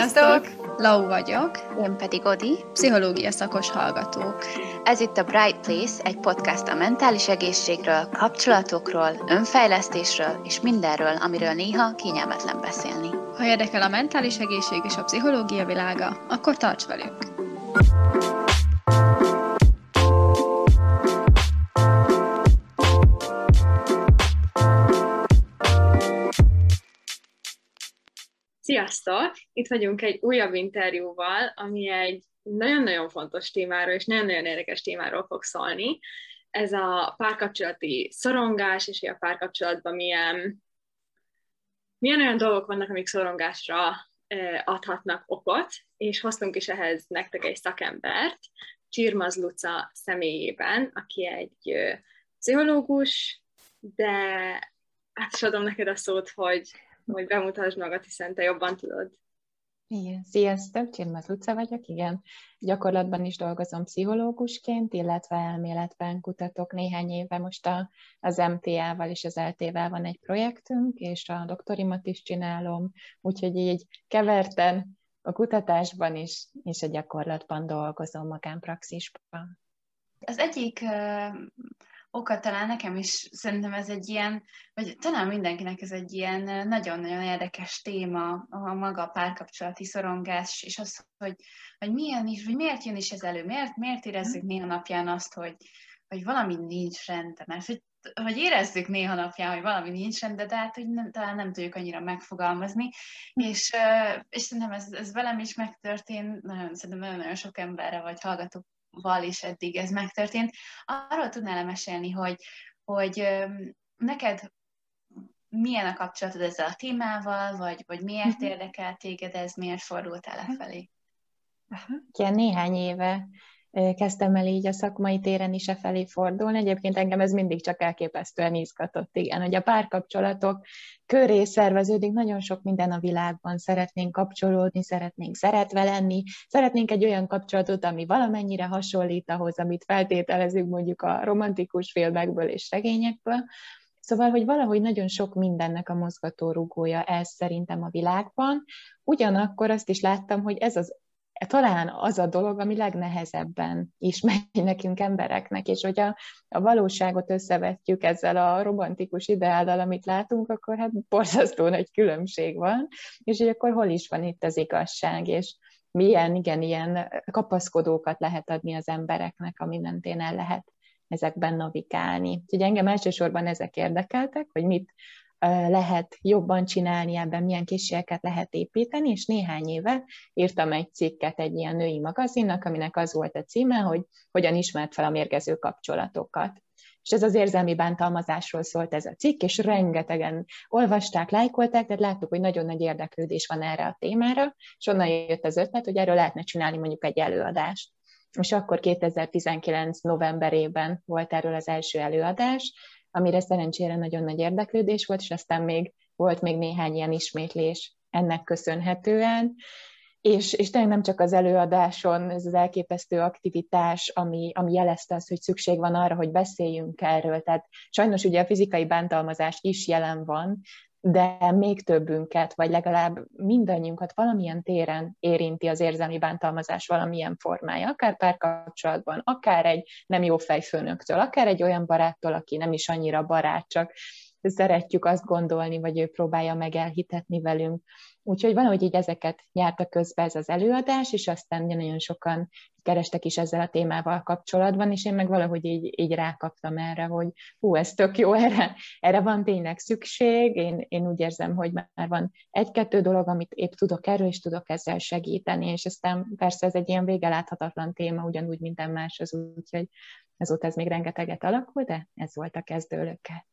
Sziasztok! Lau vagyok. Én pedig Odi. Pszichológia szakos hallgatók. Ez itt a Bright Place, egy podcast a mentális egészségről, kapcsolatokról, önfejlesztésről és mindenről, amiről néha kényelmetlen beszélni. Ha érdekel a mentális egészség és a pszichológia világa, akkor tarts velünk! Sziasztok! Itt vagyunk egy újabb interjúval, ami egy nagyon-nagyon fontos témáról és nagyon-nagyon érdekes témáról fog szólni. Ez a párkapcsolati szorongás, és a párkapcsolatban milyen olyan dolgok vannak, amik szorongásra adhatnak okot, és hoztunk is ehhez nektek egy szakembert, Csirmaz Luca személyében, aki egy pszichológus, de át is adom neked a szót, hogy bemutasd magad, hiszen te jobban tudod. Igen, sziasztok, Csirmaz Luca vagyok, igen. Gyakorlatban is dolgozom pszichológusként, illetve elméletben kutatok néhány éve. Most az MTA-val és az LT-vel van egy projektünk, és a doktorimat is csinálom, úgyhogy így keverten a kutatásban is, és a gyakorlatban dolgozom magánpraxisban. Az egyik oka talán nekem is, szerintem ez egy ilyen, vagy talán mindenkinek ez egy ilyen nagyon-nagyon érdekes téma, a maga párkapcsolati szorongás, és az, hogy milyen is, vagy miért jön is ez elő, miért érezzük néha napján azt, hogy valami nincs rendben, hogy érezzük néha napján, hogy valami nincs rendben, de hát hogy talán nem tudjuk annyira megfogalmazni, és szerintem ez velem is megtörtént, szerintem nagyon-nagyon sok emberre vagy hallgatóval is eddig ez megtörtént. Arról tudnál mesélni, hogy neked milyen a kapcsolatod ezzel a témával, vagy miért érdekel téged ez, miért fordultál lefelé? Igen, néhány éve kezdtem el így a szakmai téren is felé fordulni. Egyébként engem ez mindig csak elképesztően izgatott, igen, hogy a párkapcsolatok köré szerveződik nagyon sok minden a világban. Szeretnénk kapcsolódni, szeretnénk szeretve lenni, szeretnénk egy olyan kapcsolatot, ami valamennyire hasonlít ahhoz, amit feltételezünk mondjuk a romantikus filmekből és regényekből. Szóval, hogy valahogy nagyon sok mindennek a mozgatórugója ez szerintem a világban. Ugyanakkor azt is láttam, hogy ez talán az a dolog, ami legnehezebben is megy nekünk embereknek, és hogyha a valóságot összevetjük ezzel a romantikus ideállal, amit látunk, akkor hát borzasztó nagy különbség van, és hogy akkor hol is van itt az igazság, és ilyen kapaszkodókat lehet adni az embereknek, ami mentén el lehet ezekben navigálni. Úgyhogy engem elsősorban ezek érdekeltek, hogy mit lehet jobban csinálni ebben, milyen készségeket lehet építeni, és néhány éve írtam egy cikket egy ilyen női magazinnak, aminek az volt a címe, hogy hogyan ismert fel a mérgező kapcsolatokat. És ez az érzelmi bántalmazásról szólt ez a cikk, és rengetegen olvasták, lájkolták, tehát láttuk, hogy nagyon nagy érdeklődés van erre a témára, és onnan jött az ötlet, hogy erről lehetne csinálni mondjuk egy előadást. És akkor 2019 novemberében volt erről az első előadás, amire szerencsére nagyon nagy érdeklődés volt, és aztán volt még néhány ilyen ismétlés ennek köszönhetően. És tényleg nem csak az előadáson, ez az elképesztő aktivitás, ami jelezte azt, hogy szükség van arra, hogy beszéljünk erről. Tehát sajnos ugye a fizikai bántalmazás is jelen van, de még többünket, vagy legalább mindannyiunkat valamilyen téren érinti az érzelmi bántalmazás valamilyen formája, akár párkapcsolatban, akár egy nem jó fejfőnöktől, akár egy olyan baráttól, aki nem is annyira barát, csak szeretjük azt gondolni, vagy ő próbálja meg elhitetni velünk. Úgyhogy valahogy így ezeket járta közbe ez az előadás, és aztán nagyon sokan kerestek is ezzel a témával kapcsolatban, és én meg valahogy így rákaptam erre, hogy ez tök jó, erre van tényleg szükség, én úgy érzem, hogy már van egy-kettő dolog, amit épp tudok erről, és tudok ezzel segíteni, és aztán persze ez egy ilyen végeláthatatlan téma, ugyanúgy minden más az, úgyhogy azóta ez még rengeteget alakul, de ez volt a kezdőlöket.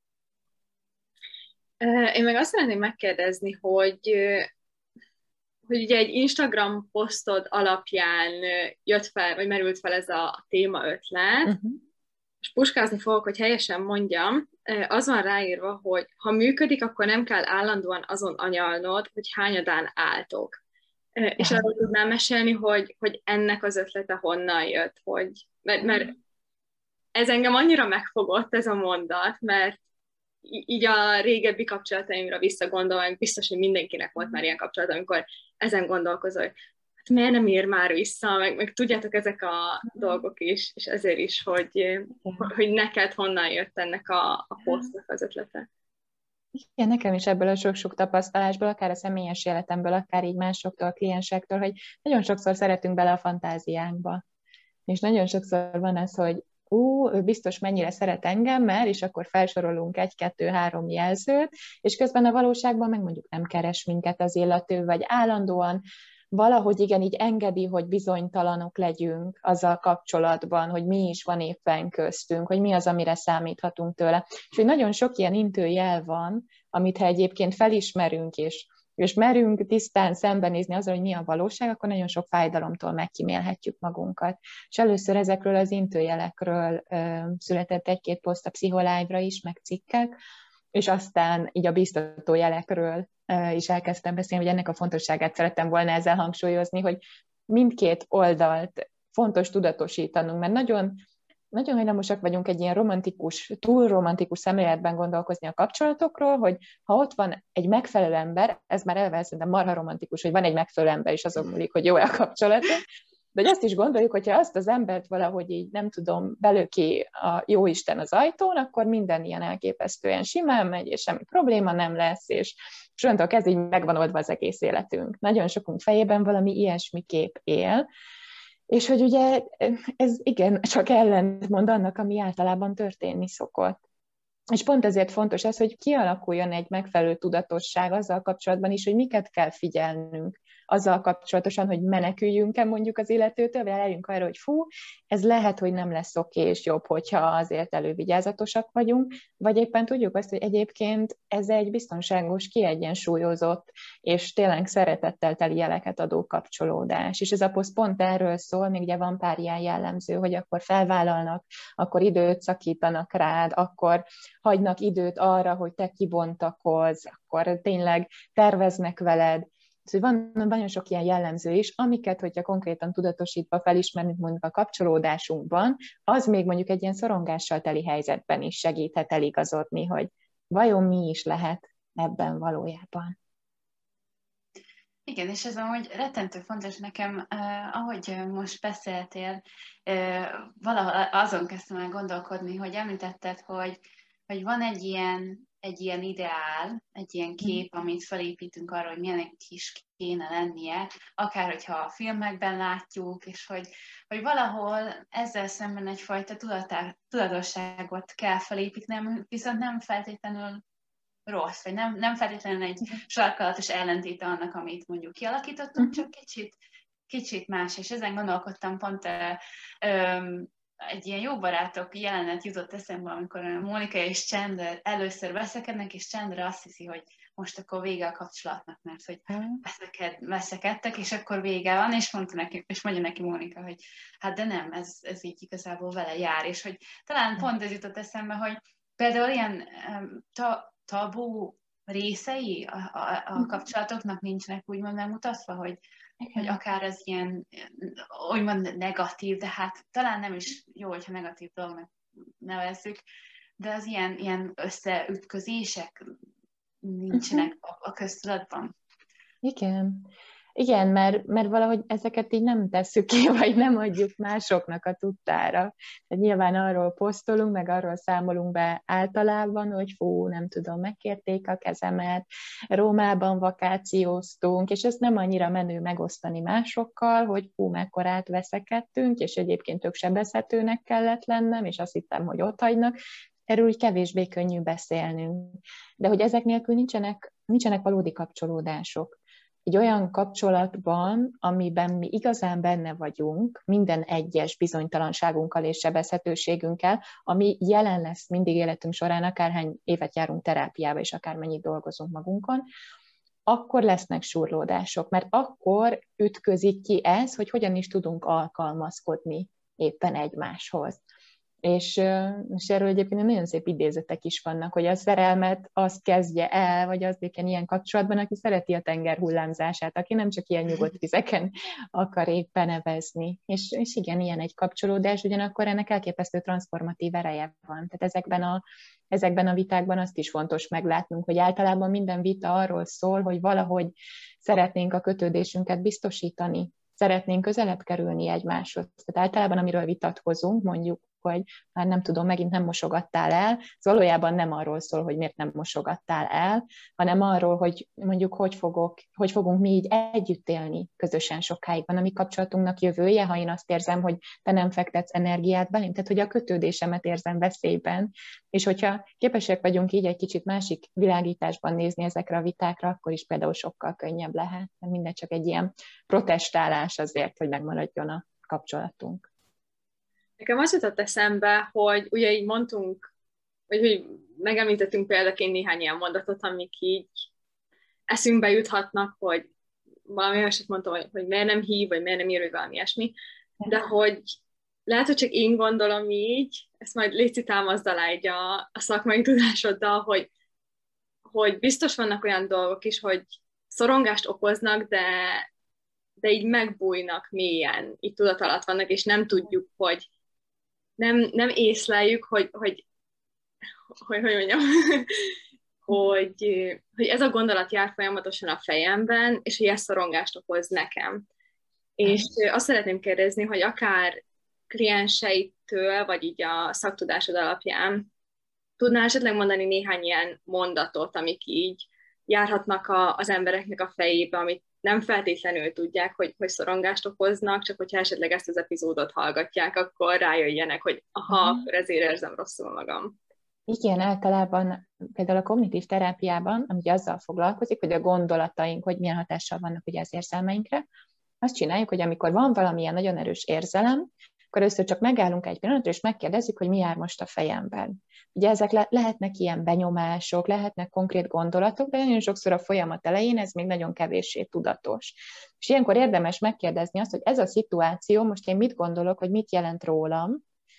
Én meg azt szeretném megkérdezni, hogy ugye egy Instagram posztod alapján jött fel, vagy merült fel ez a téma ötlet, és puskázni fogok, hogy helyesen mondjam, az van ráírva, hogy ha működik, akkor nem kell állandóan azon anyalnod, hogy hányadán álltok. És arról tudnám mesélni, hogy ennek az ötlete honnan jött, mert ez engem annyira megfogott, ez a mondat, mert így a régebbi kapcsolataimra visszagondolva, biztos, hogy mindenkinek volt már ilyen kapcsolat, amikor ezen gondolkozol, hogy hát miért nem ír már vissza, meg tudjátok, ezek a dolgok is, és ezért is, hogy neked honnan jött ennek a posztnak az ötlete. Igen, nekem is ebből a sok-sok tapasztalásból, akár a személyes életemből, akár így másoktól, kliensektől, hogy nagyon sokszor szeretünk bele a fantáziánkba. És nagyon sokszor van az, hogy ő biztos mennyire szeret engem, mert, és akkor felsorolunk 1, 2, 3 jelzőt, és közben a valóságban meg mondjuk nem keres minket az illető, vagy állandóan valahogy igen, így engedi, hogy bizonytalanok legyünk azzal kapcsolatban, hogy mi is van éppen köztünk, hogy mi az, amire számíthatunk tőle. És hogy nagyon sok ilyen intőjel van, amit ha egyébként felismerünk, és merünk tisztán szembenézni azzal, hogy mi a valóság, akkor nagyon sok fájdalomtól megkímélhetjük magunkat. És először ezekről az intőjelekről született 1-2 poszt a Pszicholive-ra is, meg cikkek, és aztán így a biztató jelekről is elkezdtem beszélni, hogy ennek a fontosságát szerettem volna ezzel hangsúlyozni, hogy mindkét oldalt fontos tudatosítanunk, mert nagyon, nagyon hajlamosak vagyunk egy ilyen romantikus, túl romantikus szemléletben gondolkozni a kapcsolatokról, hogy ha ott van egy megfelelő ember, ez már eleve szerintem marha romantikus, hogy van egy megfelelő ember, és azon múlik, hogy jó a kapcsolat. De hogy azt is gondoljuk, hogyha azt az embert valahogy így, nem tudom, belöki a jóisten az ajtón, akkor minden ilyen elképesztően simán megy, és semmi probléma nem lesz, és onnantól kezdve így megvan oldva az egész életünk. Nagyon sokunk fejében valami ilyesmi kép él, és hogy ugye ez igen, csak ellentmond annak, ami általában történni szokott. És pont ezért fontos ez, hogy kialakuljon egy megfelelő tudatosság azzal kapcsolatban is, hogy miket kell figyelnünk azzal kapcsolatosan, hogy meneküljünk-e mondjuk az illetőtől, vagy eljönk arra, hogy fú, ez lehet, hogy nem lesz oké, és jobb, hogyha azért elővigyázatosak vagyunk, vagy éppen tudjuk azt, hogy egyébként ez egy biztonságos, kiegyensúlyozott, és tényleg szeretettel teli jeleket adó kapcsolódás. És ez a poszt pont erről szól, még ugye van pár ilyen jellemző, hogy akkor felvállalnak, akkor időt szakítanak rád, akkor hagynak időt arra, hogy te kibontakozz, akkor tényleg terveznek veled. Szóval van nagyon sok ilyen jellemző is, amiket, hogyha konkrétan tudatosítva felismerünk mondjuk a kapcsolódásunkban, az még mondjuk egy ilyen szorongással teli helyzetben is segíthet eligazodni, hogy vajon mi is lehet ebben valójában. Igen, és ez amúgy rettentő fontos nekem, ahogy most beszéltél, valahol azon kezdtem el gondolkodni, hogy említetted, hogy van egy ilyen ideál, egy ilyen kép, amit felépítünk arra, hogy milyenek is kéne lennie, akár hogyha a filmekben látjuk, és hogy valahol ezzel szemben egyfajta tudatosságot kell felépíteni, viszont nem feltétlenül rossz, vagy nem feltétlenül egy sarkalatos ellentéte annak, amit mondjuk kialakítottunk, csak kicsit más, és ezen gondolkodtam pont egy ilyen jó barátok jelenet jutott eszembe, amikor Mónika és Chandler először veszekednek, és Chandler azt hiszi, hogy most akkor vége a kapcsolatnak, mert hogy veszekedtek, és akkor vége van, és mondja neki Mónika, hogy hát de nem, ez így igazából vele jár, és hogy talán pont ez jutott eszembe, hogy például ilyen tabu részei a kapcsolatoknak nincsenek úgymond megmutatva, hogy akár az ilyen úgymond negatív, de hát talán nem is jó, hogyha negatív dolognak nevezzük, de az ilyen összeütközések nincsenek a köztudatban. Igen, mert valahogy ezeket így nem tesszük ki, vagy nem adjuk másoknak a tudtára. Tehát nyilván arról posztolunk, meg arról számolunk be általában, hogy fú, nem tudom, megkérték a kezemet, Rómában vakációztunk, és ezt nem annyira menő megosztani másokkal, hogy fú, mekkorát veszekedtünk, és egyébként tök sebezhetőnek kellett lennem, és azt hittem, hogy ott hagynak. Erről úgy kevésbé könnyű beszélnünk. De hogy ezek nélkül nincsenek valódi kapcsolódások. Egy olyan kapcsolatban, amiben mi igazán benne vagyunk, minden egyes bizonytalanságunkkal és sebezhetőségünkkel, ami jelen lesz mindig életünk során, akárhány évet járunk terápiába, és akármennyit dolgozunk magunkon, akkor lesznek surlódások, mert akkor ütközik ki ez, hogy hogyan is tudunk alkalmazkodni éppen egymáshoz. És erről egyébként nagyon szép idézetek is vannak, hogy a szerelmet azt kezdje el, vagy az ilyen kapcsolatban, aki szereti a tenger hullámzását, aki nem csak ilyen nyugodt vizeken akar éppen nevezni. És igen, ilyen egy kapcsolódás, ugyanakkor ennek elképesztő transformatív ereje van. Tehát ezekben a vitákban azt is fontos meglátnunk, hogy általában minden vita arról szól, hogy valahogy szeretnénk a kötődésünket biztosítani, szeretnénk közelebb kerülni egymáshoz. Tehát általában, amiről vitatkozunk, mondjuk, hogy már nem tudom, megint nem mosogattál el, ez valójában nem arról szól, hogy miért nem mosogattál el, hanem arról, hogy mondjuk hogy fogunk mi így együtt élni közösen sokáig. Van a mi kapcsolatunknak jövője, ha én azt érzem, hogy te nem fektetsz energiát belém, tehát hogy a kötődésemet érzem veszélyben, és hogyha képesek vagyunk így egy kicsit másik világításban nézni ezekre a vitákra, akkor is például sokkal könnyebb lehet, mert minden csak egy ilyen protestálás azért, hogy megmaradjon a kapcsolatunk. Nekem az jutott eszembe, hogy ugye így mondtunk, hogy megemlítettünk példaként néhány ilyen mondatot, amik így eszünkbe juthatnak, hogy valami olyasmit mondtam, hogy miért nem hív, vagy miért nem ír, vagy valami ilyesmi, de hogy lehet, hogy csak én gondolom így, ezt majd léci támaszd alá így a szakmai tudásoddal, hogy biztos vannak olyan dolgok is, hogy szorongást okoznak, de így megbújnak mélyen, így tudat alatt vannak, és nem tudjuk, hogy nem észleljük, hogy mondjam, hogy ez a gondolat jár folyamatosan a fejemben, és hogy ez szorongást okoz nekem. És azt szeretném kérdezni, hogy akár klienseitől, vagy így a szaktudásod alapján tudnál esetleg mondani néhány ilyen mondatot, amik így járhatnak az embereknek a fejébe, amit nem feltétlenül tudják, hogy szorongást okoznak, csak hogyha esetleg ezt az epizódot hallgatják, akkor rájöjjenek, hogy akkor ezért érzem rosszul magam. Igen, általában például a kognitív terápiában, ami azzal foglalkozik, hogy a gondolataink, hogy milyen hatással vannak ugye az érzelmeinkre, azt csináljuk, hogy amikor van valamilyen nagyon erős érzelem, akkor először csak megállunk egy pillanatra, és megkérdezzük, hogy mi jár most a fejemben. Ugye ezek lehetnek ilyen benyomások, lehetnek konkrét gondolatok, de nagyon sokszor a folyamat elején ez még nagyon kevéssé tudatos. És ilyenkor érdemes megkérdezni azt, hogy ez a szituáció, most én mit gondolok, hogy mit jelent rólam,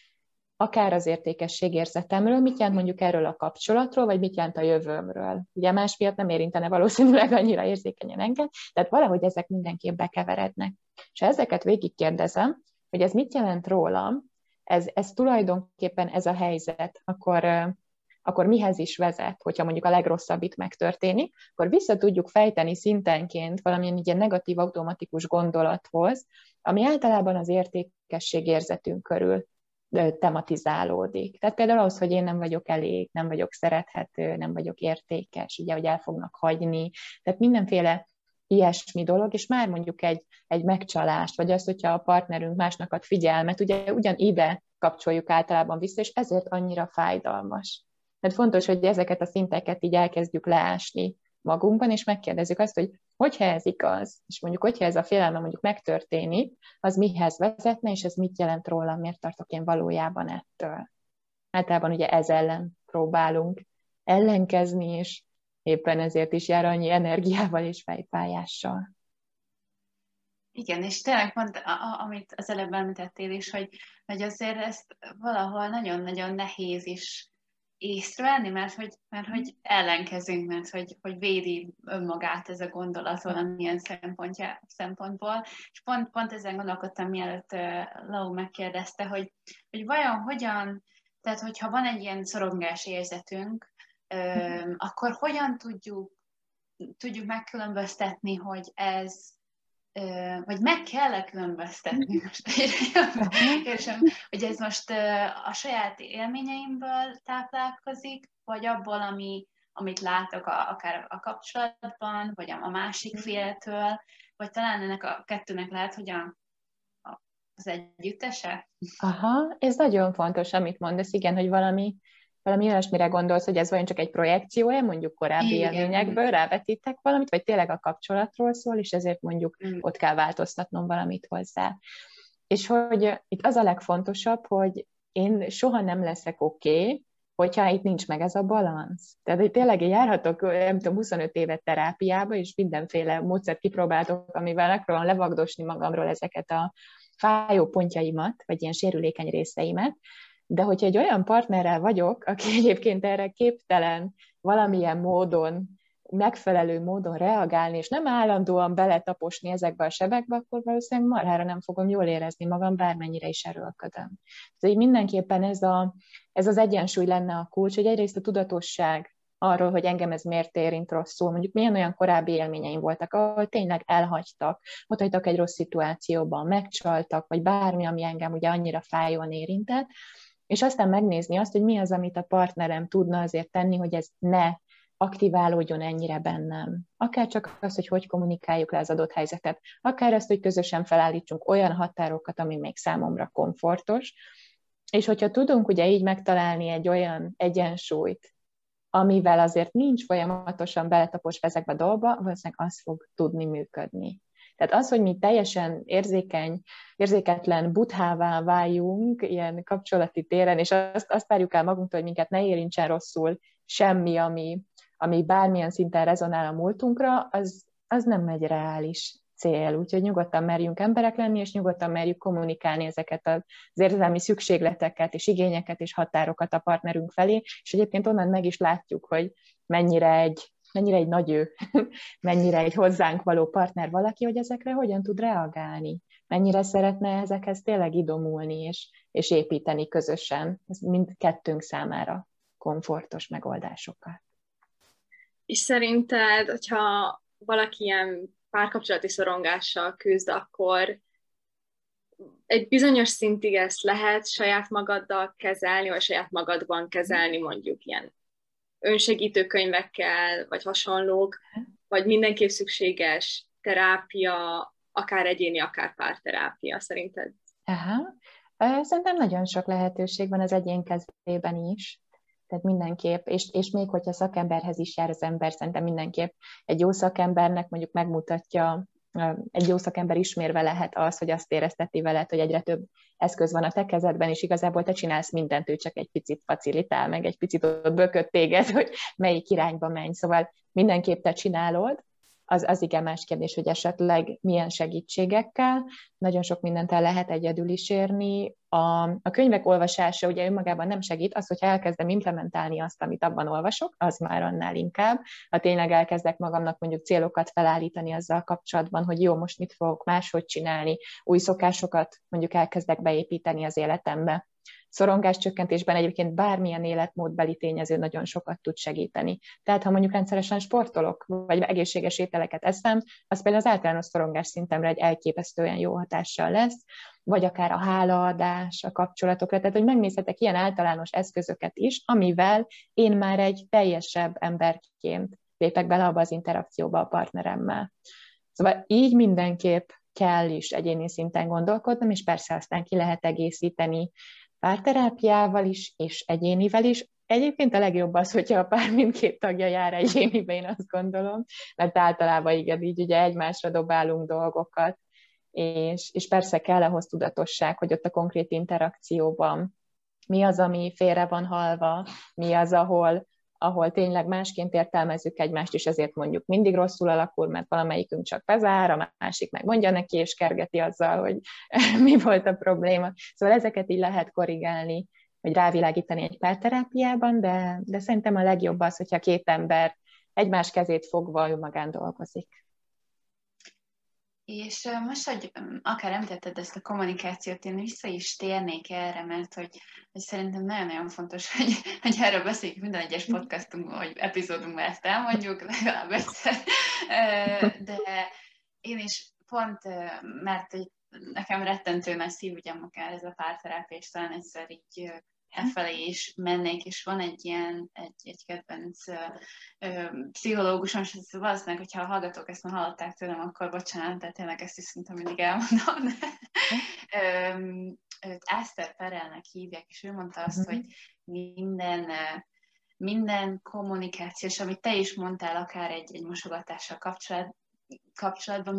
akár az értékességérzetemről, mit jelent mondjuk erről a kapcsolatról, vagy mit jelent a jövőmről. Ugye más miatt nem érintene valószínűleg annyira érzékenyen engem, tehát valahogy ezek mindenképp bekeverednek. És ha ezeket végigkérdezem, hogy ez mit jelent rólam, ez tulajdonképpen ez a helyzet, akkor mihez is vezet, hogyha mondjuk a legrosszabb itt megtörténik, akkor vissza tudjuk fejteni szintenként valamilyen ilyen negatív automatikus gondolathoz, ami általában az értékességérzetünk körül tematizálódik. Tehát például ahhoz, hogy én nem vagyok elég, nem vagyok szerethető, nem vagyok értékes, ugye, hogy el fognak hagyni, tehát mindenféle ilyesmi dolog, és már mondjuk egy megcsalást, vagy azt, hogyha a partnerünk másnak ad figyelmet, ugye ugyan ide kapcsoljuk általában vissza, és ezért annyira fájdalmas. Tehát fontos, hogy ezeket a szinteket így elkezdjük leásni magunkban, és megkérdezzük azt, hogy hogyha ez igaz, és mondjuk hogyha ez a félelme mondjuk megtörténik, az mihez vezetne, és ez mit jelent rólam, miért tartok én valójában ettől. Általában ugye ez ellen próbálunk ellenkezni, és éppen ezért is jár annyi energiával és fejfájással. Igen, és tényleg pont, amit az előbb említettél is, hogy azért ezt valahol nagyon-nagyon nehéz is észrevenni, mert hogy ellenkezünk, mert hogy védi önmagát ez a gondolat valamilyen szempontból. És pont ezen gondolkodtam, mielőtt Lau megkérdezte, hogy vajon hogyan, tehát hogyha van egy ilyen szorongás érzetünk, akkor hogyan tudjuk megkülönböztetni, hogy ez, vagy meg kell különböztetni most, hogy ez most a saját élményeimből táplálkozik, vagy abból, amit látok akár a kapcsolatban, vagy a másik féltől, vagy talán ennek a kettőnek lehet, hogy az együttese? Aha, ez nagyon fontos, amit mondasz, igen, hogy valami olyasmire gondolsz, hogy ez vajon csak egy projekció-e, mondjuk korábbi élményekből rávetítek valamit, vagy tényleg a kapcsolatról szól, és ezért mondjuk ott kell változtatnom valamit hozzá. És hogy itt az a legfontosabb, hogy én soha nem leszek oké, hogyha itt nincs meg ez a balansz. Tehát, hogy tényleg járhatok, nem tudom, 25 évet terápiába, és mindenféle módszert kipróbáltok, amivel megpróbálom levagdosni magamról ezeket a fájó pontjaimat, vagy ilyen sérülékeny részeimet, De hogyha egy olyan partnerrel vagyok, aki egyébként erre képtelen valamilyen módon, megfelelő módon reagálni, és nem állandóan beletaposni ezekbe a sebekbe, akkor valószínűleg marhára nem fogom jól érezni magam, bármennyire is erőlködöm. Tehát mindenképpen ez az egyensúly lenne a kulcs, hogy egyrészt a tudatosság arról, hogy engem ez miért érint rosszul, mondjuk milyen olyan korábbi élményeim voltak, ahol tényleg elhagytak, ott hagytak egy rossz szituációban, megcsaltak, vagy bármi, ami engem ugye annyira fájóan érintett, és aztán megnézni azt, hogy mi az, amit a partnerem tudna azért tenni, hogy ez ne aktiválódjon ennyire bennem. Akár csak az, hogy kommunikáljuk le az adott helyzetet, akár azt, hogy közösen felállítsunk olyan határokat, ami még számomra komfortos, és hogyha tudunk ugye így megtalálni egy olyan egyensúlyt, amivel azért nincs folyamatosan beletaposva ezekbe a dolgokba, valószínűleg az fog tudni működni. Tehát az, hogy mi teljesen érzéketlen buthává váljunk ilyen kapcsolati téren, és azt várjuk el magunktól, hogy minket ne érintsen rosszul semmi, ami bármilyen szinten rezonál a múltunkra, az nem egy reális cél. Úgyhogy nyugodtan merjünk emberek lenni, és nyugodtan merjük kommunikálni ezeket az érzelmi szükségleteket, és igényeket, és határokat a partnerünk felé, és egyébként onnan meg is látjuk, hogy mennyire egy nagy mennyire egy hozzánk való partner valaki, hogy ezekre hogyan tud reagálni, mennyire szeretne ezekhez tényleg idomulni, és építeni közösen, mindkettőnk számára komfortos megoldásokat. És szerinted, hogyha valaki ilyen párkapcsolati szorongással küzd, akkor egy bizonyos szintig ezt lehet saját magaddal kezelni, vagy saját magadban kezelni, mondjuk ilyen önsegítőkönyvekkel, vagy hasonlók, vagy mindenképp szükséges terápia, akár egyéni, akár párterápia, szerinted? Aha. Szerintem nagyon sok lehetőség van az egyén kezében is. Tehát mindenképp, és még hogyha szakemberhez is jár az ember, szerintem mindenképp egy jó szakembernek mondjuk megmutatja, egy jó szakember ismérve lehet az, hogy azt érezteti veled, hogy egyre több eszköz van a te kezedben, és igazából te csinálsz mindent, ő csak egy picit facilitál, meg egy picit ott bököd téged, hogy melyik irányba menj. Szóval mindenképp te csinálod, az igen más kérdés, hogy esetleg milyen segítségekkel. Nagyon sok mindent el lehet egyedül is érni. A könyvek olvasása ugye önmagában nem segít, az, hogyha elkezdem implementálni azt, amit abban olvasok, az már annál inkább. Ha tényleg elkezdek magamnak mondjuk célokat felállítani azzal kapcsolatban, hogy jó, most mit fogok máshogy csinálni, új szokásokat mondjuk elkezdek beépíteni az életembe. Szorongáscsökkentésben egyébként bármilyen életmódbeli tényező nagyon sokat tud segíteni. Tehát ha mondjuk rendszeresen sportolok, vagy egészséges ételeket eszem, az például az általános szorongás szintemre egy elképesztően jó hatással lesz, vagy akár a hálaadás, a kapcsolatokra, tehát hogy megnézhetek ilyen általános eszközöket is, amivel én már egy teljesebb emberként lépek bele abba az interakcióba a partneremmel. Szóval így mindenképp kell is egyéni szinten gondolkodnom, és persze aztán ki lehet egészíteni párterápiával is, és egyénivel is. Egyébként a legjobb az, hogyha a pár mindkét tagja jár egyénibe, én azt gondolom, mert általában igen, így ugye egymásra dobálunk dolgokat, és persze kell ahhoz tudatosság, hogy ott a konkrét interakcióban mi az, ami félre van halva, mi az, ahol tényleg másként értelmezzük egymást, és ezért mondjuk mindig rosszul alakul, mert valamelyikünk csak bezár, a másik meg mondja neki, és kergeti azzal, hogy mi volt a probléma. Szóval ezeket így lehet korrigálni, vagy rávilágítani egy párterápiában, de szerintem a legjobb az, hogyha két ember egymás kezét fogva önmagán dolgozik. És most, hogy akár említetted ezt a kommunikációt, én vissza is térnék erre, mert hogy szerintem nagyon-nagyon fontos, hogy erről beszéljük minden egyes podcastunkban, vagy epizódunkban ezt elmondjuk, legalább egyszer. De én is pont, mert nekem rettentő nagy szívügyem akár ez a párterápia, és talán egyszer így efelé is mennék, és van egy kedvenc pszichológusom, és valószínűleg, hogyha a hallgatók ezt már hallották tőlem, akkor bocsánat, de tényleg ezt is szinte mindig elmondom. Őt Esther Perelnek hívják, és ő mondta azt, hogy minden kommunikáció, és amit te is mondtál, akár egy mosogatással kapcsolatban,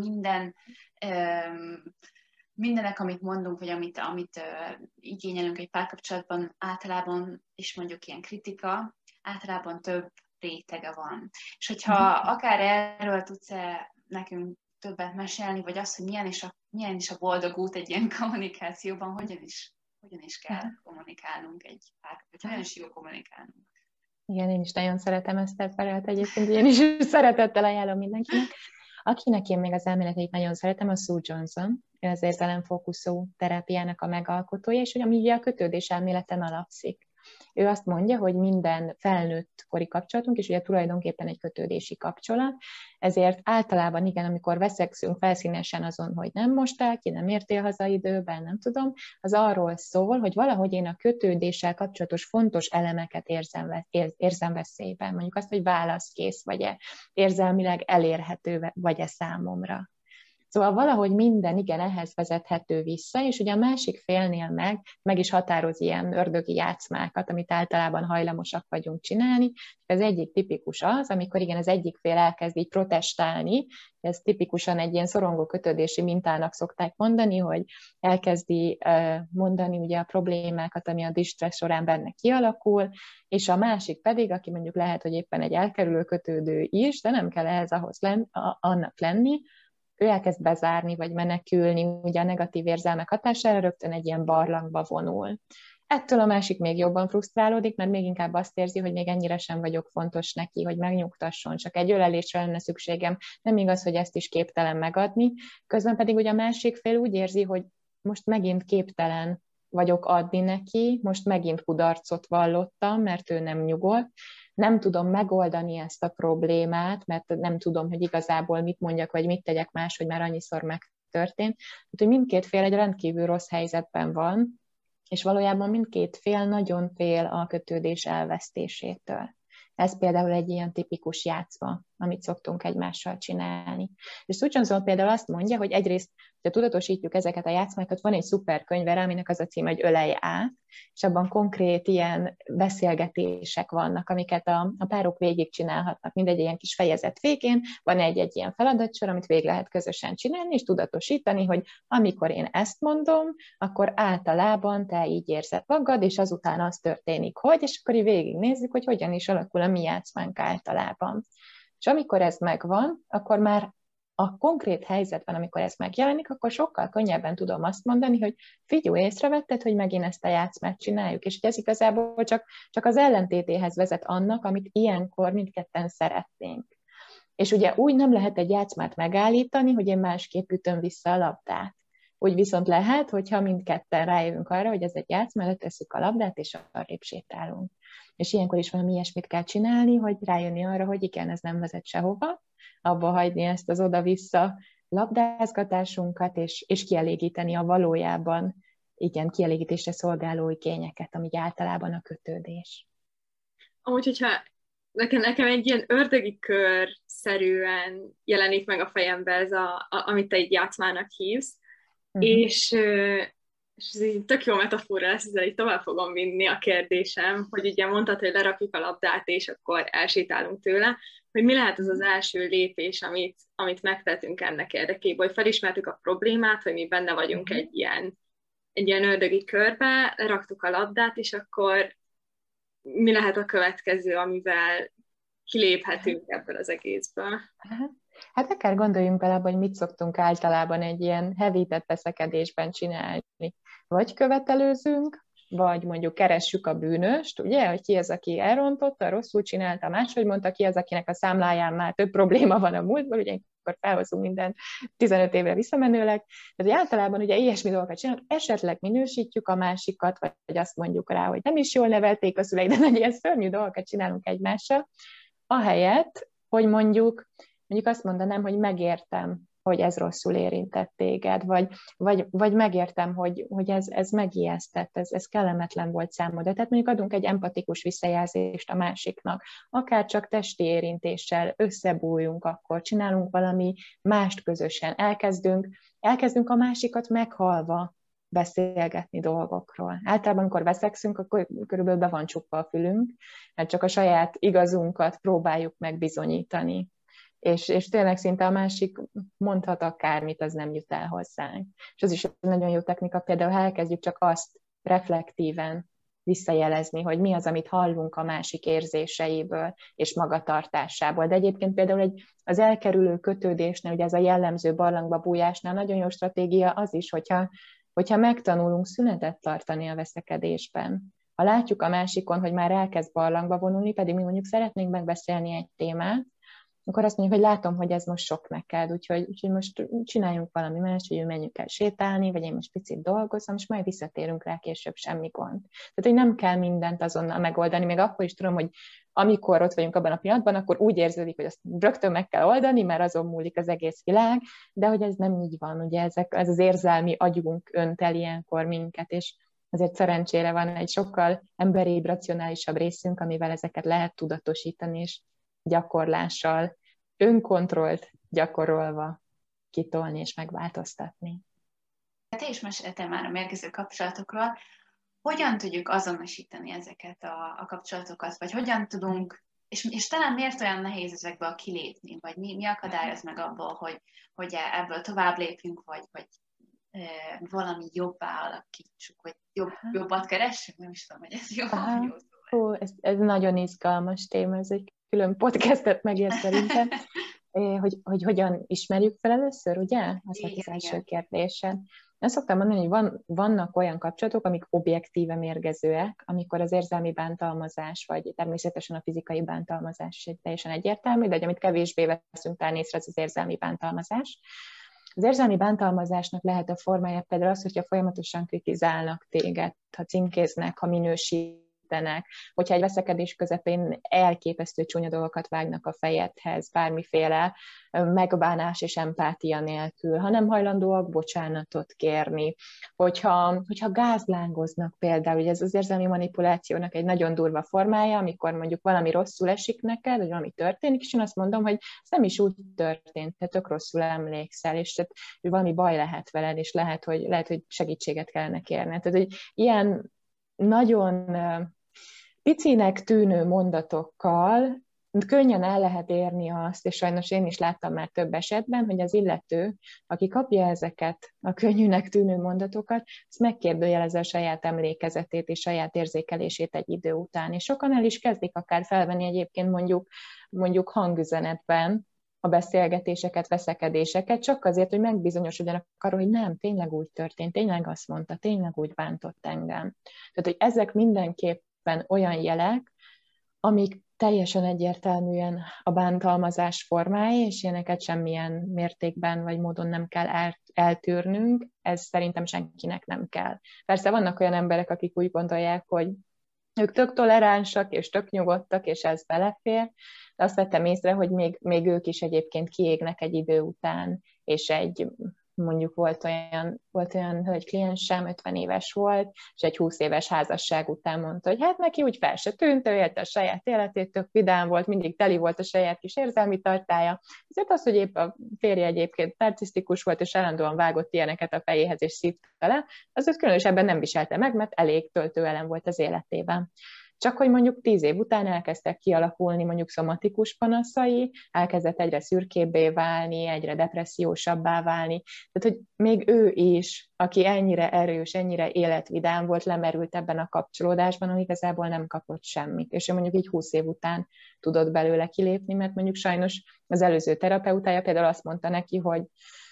mindenek, amit mondunk, vagy amit igényelünk egy párkapcsolatban, általában, és mondjuk ilyen kritika, általában több rétege van. És hogyha akár erről tudsz-e nekünk többet mesélni, vagy az, hogy milyen is a boldog út egy ilyen kommunikációban, hogyan is hogyan is kell kommunikálnunk egy párkapcsolatban, hogyan is jó kommunikálnunk. Igen, én is nagyon szeretem ezt a felelt egyébként, én is szeretettel ajánlom mindenkinek. Akinek én még az elméleteit nagyon szeretem, a Sue Johnson, ő az érzelemfókuszú terápiának a megalkotója, és hogy ami ugye a kötődés elméleten alapszik. Ő azt mondja, hogy minden felnőtt kori kapcsolatunk, és ugye tulajdonképpen egy kötődési kapcsolat, ezért általában igen, amikor veszekszünk felszínesen azon, hogy nem mostál ki, nem értél haza időben, nem tudom, az arról szól, hogy valahogy én a kötődéssel kapcsolatos fontos elemeket érzem veszélyben. Mondjuk azt, hogy válaszkész vagy-e, érzelmileg elérhető vagy-e számomra. Szóval valahogy minden igen ehhez vezethető vissza, és ugye a másik félnél meg is határoz ilyen ördögi játszmákat, amit általában hajlamosak vagyunk csinálni. Az egyik tipikus az, amikor igen az egyik fél elkezd így protestálni, ez tipikusan egy ilyen szorongó kötődési mintának szokták mondani, hogy elkezdi mondani ugye a problémákat, ami a distressz során benne kialakul, és a másik pedig, aki mondjuk lehet, hogy éppen egy elkerülő kötődő is, de nem kell ehhez annak lenni, ő elkezd bezárni, vagy menekülni, ugye a negatív érzelmek hatására rögtön egy ilyen barlangba vonul. Ettől a másik még jobban frusztrálódik, mert még inkább azt érzi, hogy még ennyire sem vagyok fontos neki, hogy megnyugtasson, csak egy ölelésre lenne szükségem. Nem igaz, hogy ezt is képtelen megadni. Közben pedig ugye a másik fél úgy érzi, hogy most megint képtelen vagyok adni neki, most megint kudarcot vallottam, mert ő nem nyugodt, nem tudom megoldani ezt a problémát, mert nem tudom, hogy igazából mit mondjak, vagy mit tegyek más, hogy már annyiszor megtörtént. Úgyhogy mindkét fél egy rendkívül rossz helyzetben van, és valójában mindkét fél nagyon fél a kötődés elvesztésétől. Ez például egy ilyen tipikus játszma, amit szoktunk egymással csinálni. És Suchanson például azt mondja, hogy egyrészt, ha tudatosítjuk ezeket a játszmákat, van egy szuper könyv, aminek az a címe, hogy Ölelj át, és abban konkrét ilyen beszélgetések vannak, amiket a párok végigcsinálhatnak, mindegy ilyen kis fejezet végén, van egy ilyen feladatsor, amit végig lehet közösen csinálni, és tudatosítani, hogy amikor én ezt mondom, akkor általában te így érzed magad, és azután az történik, hogy, és akkor így végignézzük, hogy hogyan is alakul a mi játszmánk általában. És amikor ez megvan, akkor már a konkrét helyzetben, amikor ez megjelenik, akkor sokkal könnyebben tudom azt mondani, hogy figyelj, észrevetted, hogy megint ezt a játszmát csináljuk, és hogy ez igazából csak az ellentétéhez vezet annak, amit ilyenkor mindketten szeretnénk. És ugye úgy nem lehet egy játszmát megállítani, hogy én másképp ütöm vissza a labdát. Úgy viszont lehet, hogyha mindketten rájövünk arra, hogy ez egy játszma, letesszük a labdát, és arrébb sétálunk. És ilyenkor is valami ilyesmit kell csinálni, hogy rájönni arra, hogy igen, ez nem vezet sehova, abba hagyni ezt az oda-vissza labdázgatásunkat, és kielégíteni a valójában igen, kielégítésre szolgáló igényeket, ami általában a kötődés. Amúgy, hogyha nekem egy ilyen ördögi kör-szerűen jelenik meg a fejembe ez, amit te egy játszmának hívsz, és ez egy tök jó metafora lesz, ezzel így tovább fogom vinni a kérdésem, hogy ugye mondtad, hogy lerakjuk a labdát, és akkor elsétálunk tőle, hogy mi lehet az az első lépés, amit megtettünk ennek érdekében, hogy felismertük a problémát, hogy mi benne vagyunk egy ilyen ördögi körbe, leraktuk a labdát, és akkor mi lehet a következő, amivel kiléphetünk ebből az egészből? Hát akár gondoljunk bele, hogy mit szoktunk általában egy ilyen hevített veszekedésben csinálni. Vagy követelőzünk, vagy mondjuk keressük a bűnöst, ugye, hogy ki az, aki elrontotta, rosszul csinálta, máshogy mondta, ki az, akinek a számláján már több probléma van a múltból, ugye akkor felhozunk mindent 15 évre visszamenőleg. Tehát általában ugye ilyesmi dolgokat csinálunk, esetleg minősítjük a másikat, vagy azt mondjuk rá, hogy nem is jól nevelték a szüleid, de nagy ilyen szörnyű dolgokat csinálunk egymással, ahelyett, hogy mondjuk azt mondanám, hogy megértem, hogy ez rosszul érintett téged, vagy megértem, hogy ez megijesztett, ez kellemetlen volt számodra. Tehát mondjuk adunk egy empatikus visszajelzést a másiknak, akár csak testi érintéssel összebújjunk, akkor csinálunk valami mást közösen, elkezdünk a másikat meghallva beszélgetni dolgokról. Általában, amikor veszekszünk, akkor körülbelül be van csukva a fülünk, mert csak a saját igazunkat próbáljuk megbizonyítani. És tényleg szinte a másik mondhat akármit, az nem jut el hozzánk. És az is egy nagyon jó technika, például ha elkezdjük csak azt reflektíven visszajelezni, hogy mi az, amit hallunk a másik érzéseiből és magatartásából. De egyébként például az elkerülő kötődésnél, ugye ez a jellemző barlangba bújásnál nagyon jó stratégia az is, hogyha hogyha megtanulunk szünetet tartani a veszekedésben, ha látjuk a másikon, hogy már elkezd barlangba vonulni, pedig mi mondjuk szeretnénk megbeszélni egy témát, akkor azt mondjuk, hogy látom, hogy ez most sok neked, úgyhogy most csináljunk valami más, hogy menjünk el sétálni, vagy én most picit dolgozom, és majd visszatérünk rá később, semmi gond. Tehát, hogy nem kell mindent azonnal megoldani, még akkor is tudom, hogy amikor ott vagyunk abban a pillanatban, akkor úgy érződik, hogy azt rögtön meg kell oldani, mert azon múlik az egész világ, de hogy ez nem így van, ugye ez az érzelmi agyunk önt el ilyenkor minket, és azért szerencsére van egy sokkal emberibb, racionálisabb részünk, amivel ezeket lehet tudatosítani, és gyakorlással, önkontrollt gyakorolva kitolni és megváltoztatni. Te is meséltél már a mérgező kapcsolatokról. Hogyan tudjuk azonosítani ezeket a kapcsolatokat, vagy hogyan tudunk, és talán miért olyan nehéz ezekből kilépni, vagy mi akadályoz meg abból, hogy ebből tovább lépjünk, vagy valami jobbá alakítsuk, vagy jobbat keressünk, nem is tudom, hogy ez jó. Ez nagyon izgalmas téma, ez egy külön podcastet megér szerintem, hogy hogyan ismerjük fel először, ugye? Az volt az első kérdésed. Én szoktam mondani, hogy vannak olyan kapcsolatok, amik objektíve mérgezőek, amikor az érzelmi bántalmazás, vagy természetesen a fizikai bántalmazás teljesen egyértelmű, de amit kevésbé veszünk talán észre, az érzelmi bántalmazás. Az érzelmi bántalmazásnak lehet a formája például az, hogyha folyamatosan kritizálnak téged, ha címkéznek, ha minősítenek, hogyha egy veszekedés közepén elképesztő csúnya dolgokat vágnak a fejedhez, bármiféle megbánás és empátia nélkül, ha nem hajlandóak bocsánatot kérni, hogyha gázlángoznak például, ugye ez az érzelmi manipulációnak egy nagyon durva formája, amikor mondjuk valami rosszul esik neked, vagy valami történik, és én azt mondom, hogy ez nem is úgy történt, te tök rosszul emlékszel, és tehát, hogy valami baj lehet veled, és lehet, hogy segítséget kellene kérni. Tehát, hogy ilyen nagyon picinek tűnő mondatokkal könnyen el lehet érni azt, és sajnos én is láttam már több esetben, hogy az illető, aki kapja ezeket a könnyűnek tűnő mondatokat, az megkérdőjelezi a saját emlékezetét és saját érzékelését egy idő után. És sokan el is kezdik akár felvenni egyébként mondjuk hangüzenetben a beszélgetéseket, veszekedéseket, csak azért, hogy megbizonyosodjanak arról, hogy nem, tényleg úgy történt, tényleg azt mondta, tényleg úgy bántott engem. Tehát, hogy ezek mindenképpen olyan jelek, amik teljesen egyértelműen a bántalmazás formái, és ilyeneket semmilyen mértékben vagy módon nem kell eltűrnünk, ez szerintem senkinek nem kell. Persze vannak olyan emberek, akik úgy gondolják, hogy ők tök toleránsak, és tök nyugodtak, és ez belefér, de azt vettem észre, hogy még ők is egyébként kiégnek egy idő után, és mondjuk volt olyan hölgy kliensem, 50 éves volt, és egy 20 éves házasság után mondta, hogy hát neki úgy fel se tűnt, ő élte a saját életét, tök vidám volt, mindig teli volt a saját kis érzelmi tartálya. Ezért az, hogy épp a férje egyébként narcisztikus volt, és állandóan vágott ilyeneket a fejéhez, és szívta le, az őt különösebben nem viselte meg, mert elég töltőelem volt az életében. Csak hogy mondjuk 10 év után elkezdtek kialakulni mondjuk szomatikus panaszai, elkezdett egyre szürkébbé válni, egyre depressziósabbá válni. Tehát, hogy még ő is, aki ennyire erős, ennyire életvidám volt, lemerült ebben a kapcsolódásban, ahol igazából nem kapott semmit. És ő mondjuk így 20 év után tudott belőle kilépni, mert mondjuk sajnos az előző terapeutája például azt mondta neki, hogy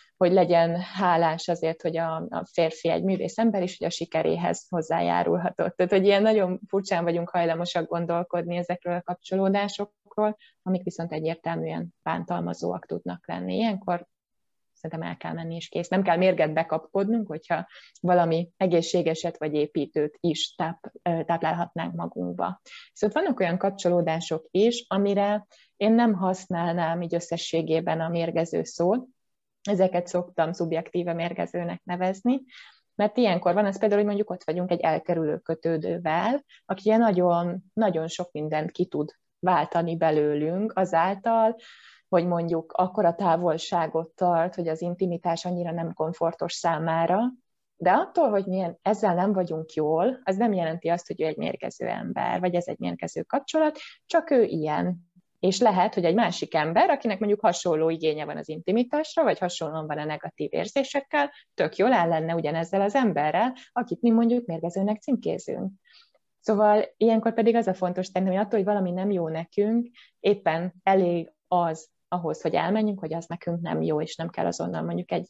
legyen hálás azért, hogy a férfi egy művész ember is, hogy a sikeréhez hozzájárulhatott. Tehát, hogy ilyen nagyon furcsán vagyunk hajlamosak gondolkodni ezekről a kapcsolódásokról, amik viszont egyértelműen bántalmazóak tudnak lenni. Ilyenkor szerintem el kell menni és kész. Nem kell mérget bekapkodnunk, hogyha valami egészségeset vagy építőt is táplálhatnánk magunkba. Viszont vannak olyan kapcsolódások is, amire én nem használnám így összességében a mérgező szót. Ezeket szoktam szubjektíve mérgezőnek nevezni, mert ilyenkor van az például, hogy mondjuk ott vagyunk egy elkerülő kötődővel, aki nagyon, nagyon sok mindent ki tud váltani belőlünk azáltal, hogy mondjuk akkora távolságot tart, hogy az intimitás annyira nem komfortos számára, de attól, hogy milyen ezzel nem vagyunk jól, az nem jelenti azt, hogy ő egy mérgező ember, vagy ez egy mérgező kapcsolat, csak ő ilyen. És lehet, hogy egy másik ember, akinek mondjuk hasonló igénye van az intimitásra, vagy hasonlóan van a negatív érzésekkel, tök jól áll lenne ugyanezzel az emberrel, akit mi mondjuk mérgezőnek címkézünk. Szóval ilyenkor pedig az a fontos tenni, hogy attól, hogy valami nem jó nekünk, éppen elég az ahhoz, hogy elmenjünk, hogy az nekünk nem jó, és nem kell azonnal mondjuk egy ilyen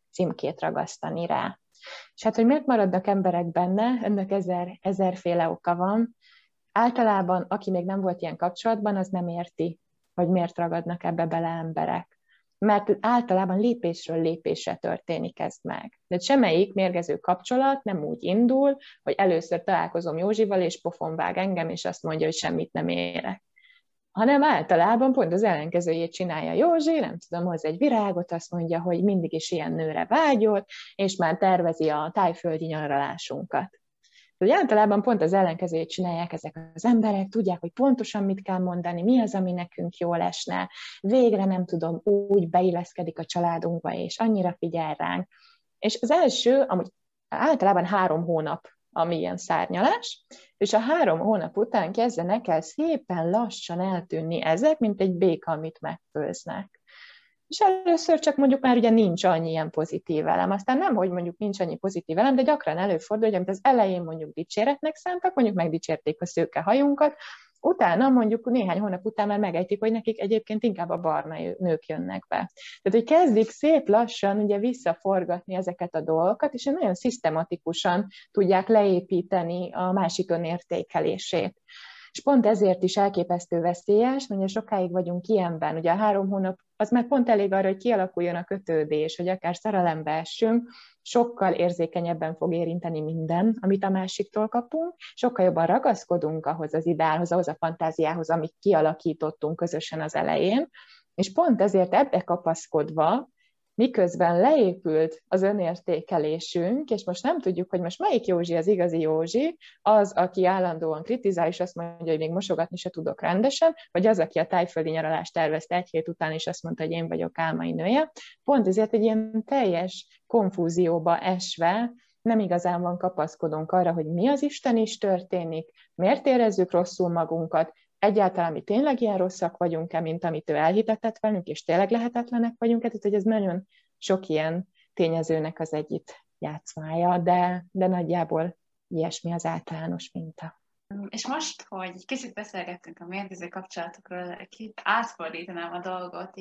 címkét ragasztani rá. És hát, hogy miért maradnak emberek benne, ennek ezerféle oka van. Általában, aki még nem volt ilyen kapcsolatban, az nem érti, hogy miért ragadnak ebbe bele emberek. Mert általában lépésről lépésre történik ez meg. De semmelyik mérgező kapcsolat nem úgy indul, hogy először találkozom Józsival, és pofon vág engem, és azt mondja, hogy semmit nem érek. Hanem általában pont az ellenkezőjét csinálja Józsi, nem tudom, hoz egy virágot, azt mondja, hogy mindig is ilyen nőre vágyott, és már tervezi a tájföldi nyaralásunkat. Úgy általában pont az ellenkezőjét csinálják ezek az emberek, tudják, hogy pontosan mit kell mondani, mi az, ami nekünk jól esne, végre nem tudom, úgy beilleszkedik a családunkba, és annyira figyel ránk. És az első, amúgy általában 3 hónap, ami ilyen szárnyalás, és a 3 hónap után kezdenek el szépen lassan eltűnni ezek, mint egy béka, amit megfőznek. És először csak mondjuk már ugye nincs annyi ilyen pozitív elem. Aztán nem, hogy mondjuk nincs annyi pozitív elem, de gyakran előfordul, hogy amit az elején mondjuk dicséretnek szántak, mondjuk megdicsérték a szőke hajunkat, utána mondjuk néhány hónap után már megejtik, hogy nekik egyébként inkább a barna nők jönnek be. Tehát, hogy kezdik szép lassan ugye visszaforgatni ezeket a dolgokat, és nagyon szisztematikusan tudják leépíteni a másik önértékelését. És pont ezért is elképesztő veszélyes, hogy sokáig vagyunk ilyenben. Ugye a 3 hónap az meg pont elég arra, hogy kialakuljon a kötődés, hogy akár szerelembe essünk, sokkal érzékenyebben fog érinteni minden, amit a másiktól kapunk, sokkal jobban ragaszkodunk ahhoz az ideálhoz, ahhoz a fantáziához, amit kialakítottunk közösen az elején, és pont ezért ebbe kapaszkodva, miközben leépült az önértékelésünk, és most nem tudjuk, hogy most melyik Józsi az igazi Józsi, az, aki állandóan kritizál, és azt mondja, hogy még mosogatni se tudok rendesen, vagy az, aki a tájföldi nyaralást tervezte 1 hét után, és azt mondta, hogy én vagyok álmai nője. Pont ezért egy ilyen teljes konfúzióba esve nem igazán van kapaszkodunk arra, hogy mi az Isten is történik, miért érezzük rosszul magunkat, egyáltalán mi tényleg ilyen rosszak vagyunk-e, mint amit ő elhitetett velünk, és tényleg lehetetlenek vagyunk-e, tehát hogy ez nagyon sok ilyen tényezőnek az együtt játszmája, de nagyjából ilyesmi az általános minta. És most, hogy kicsit beszélgettünk a mérgező kapcsolatokról, kicsit átfordítanám a dolgot,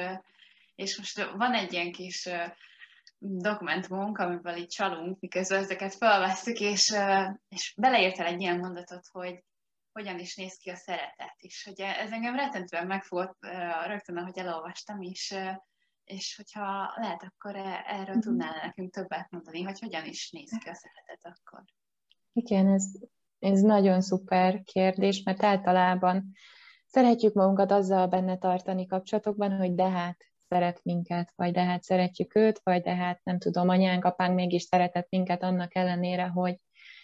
és most van egy ilyen kis dokumentumunk, amivel itt csalunk, miközben ezeket felvesszük, és beleírtál egy ilyen mondatot, hogy hogyan is néz ki a szeretet. És hogy ez engem rettentően megfogott rögtön, ahogy elolvastam, és hogyha lehet, akkor erről tudnál nekünk többet mondani, hogy hogyan is néz ki a szeretet akkor. Igen, ez nagyon szuper kérdés, mert általában szeretjük magunkat azzal benne tartani kapcsolatokban, hogy de hát szeret minket, vagy de hát szeretjük őt, vagy de hát nem tudom, anyánk, apánk mégis szeretett minket annak ellenére, hogy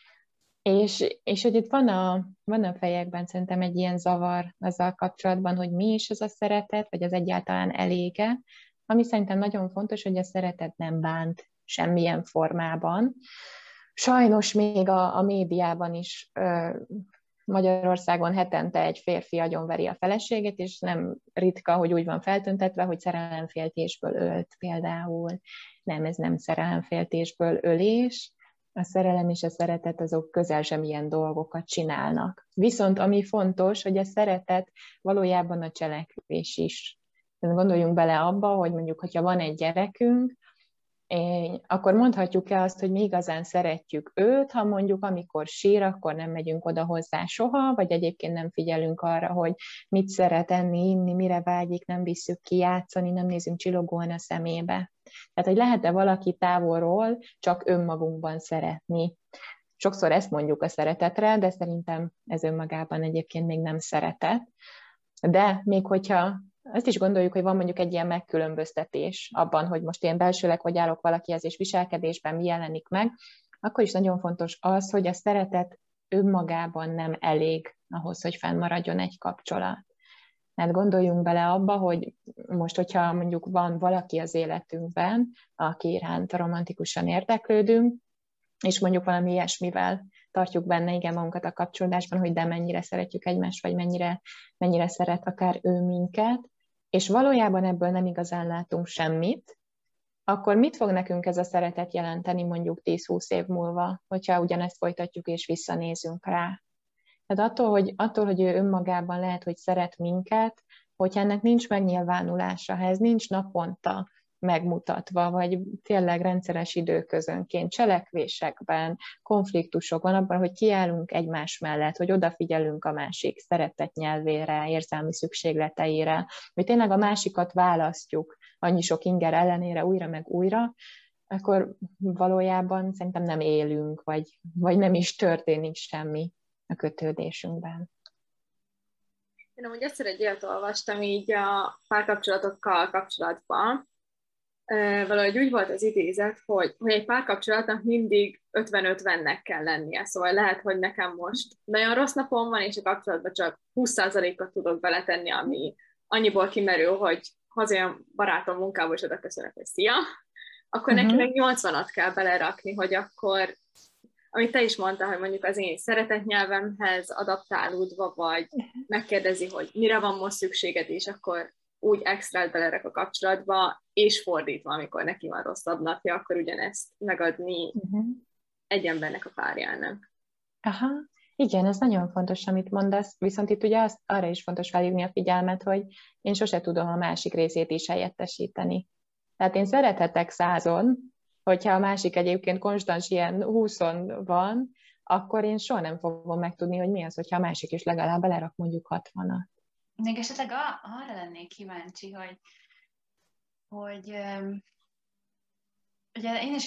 és hogy itt van a fejekben szerintem egy ilyen zavar azzal kapcsolatban, hogy mi is az a szeretet, vagy az egyáltalán elége, ami szerintem nagyon fontos, hogy a szeretet nem bánt semmilyen formában. Sajnos még a médiában is Magyarországon hetente egy férfi agyonveri a feleségét, és nem ritka, hogy úgy van feltüntetve, hogy szerelemféltésből ölt például. Nem, ez nem szerelemféltésből ölés. A szerelem és a szeretet azok közel sem ilyen dolgokat csinálnak. Viszont ami fontos, hogy a szeretet valójában a cselekvés is. Gondoljunk bele abba, hogy mondjuk, hogyha van egy gyerekünk, akkor mondhatjuk-e azt, hogy mi igazán szeretjük őt, ha mondjuk amikor sír, akkor nem megyünk oda hozzá soha, vagy egyébként nem figyelünk arra, hogy mit szeret enni, inni, mire vágyik, nem visszük ki játszani, nem nézünk csillogóan a szemébe. Tehát, hogy lehet-e valaki távolról csak önmagunkban szeretni. Sokszor ezt mondjuk a szeretetre, de szerintem ez önmagában egyébként még nem szeretet. De még hogyha azt is gondoljuk, hogy van mondjuk egy ilyen megkülönböztetés abban, hogy most én belsőleg hogy állok valakihez, és viselkedésben mi jelenik meg, akkor is nagyon fontos az, hogy a szeretet önmagában nem elég ahhoz, hogy fennmaradjon egy kapcsolat. Hát gondoljunk bele abba, hogy most, hogyha mondjuk van valaki az életünkben, aki iránt romantikusan érdeklődünk, és mondjuk valami ilyesmivel tartjuk benne igen magunkat a kapcsolódásban, hogy de mennyire szeretjük egymást, vagy mennyire szeret akár ő minket, és valójában ebből nem igazán látunk semmit, akkor mit fog nekünk ez a szeretet jelenteni mondjuk 10-20 év múlva, hogyha ugyanezt folytatjuk és visszanézünk rá. Tehát attól, hogy ő önmagában lehet, hogy szeret minket, hogyha ennek nincs megnyilvánulása, ha ez nincs naponta, megmutatva, vagy tényleg rendszeres időközönként, cselekvésekben, konfliktusokban, abban, hogy kiállunk egymás mellett, hogy odafigyelünk a másik szeretett nyelvére, érzelmi szükségleteire, hogy tényleg a másikat választjuk annyi sok inger ellenére újra meg újra, akkor valójában szerintem nem élünk, vagy nem is történik semmi a kötődésünkben. Én amúgy egyszer egy ilyet olvastam így a párkapcsolatokkal kapcsolatban. Valahogy úgy volt az idézet, hogy egy párkapcsolatnak mindig 50-50-nek kell lennie. Szóval lehet, hogy nekem most nagyon rossz napom van, és a kapcsolatban csak 20%-ot tudok beletenni, ami annyiból kimerül, hogy hazajön barátom munkából, és oda köszönök, hogy szia. Akkor neki meg 80-at kell belerakni, hogy akkor, amit te is mondtál, hogy mondjuk az én szeretetnyelvemhez adaptálódva, vagy megkérdezi, hogy mire van most szükséged, és akkor úgy extrát belerak a kapcsolatba, és fordítva, amikor neki van rosszabb napja, akkor ugyanezt megadni egy embernek a párjának. Aha, igen, ez nagyon fontos, amit mondasz, viszont itt ugye arra is fontos felhívni a figyelmet, hogy én sose tudom a másik részét is helyettesíteni. Tehát én szerethetek 100-on, hogyha a másik egyébként konstans ilyen 20-on van, akkor én soha nem fogom megtudni, hogy mi az, hogyha a másik is legalább belerak mondjuk 60-at. Még esetleg arra lennék kíváncsi, hogy ugye én is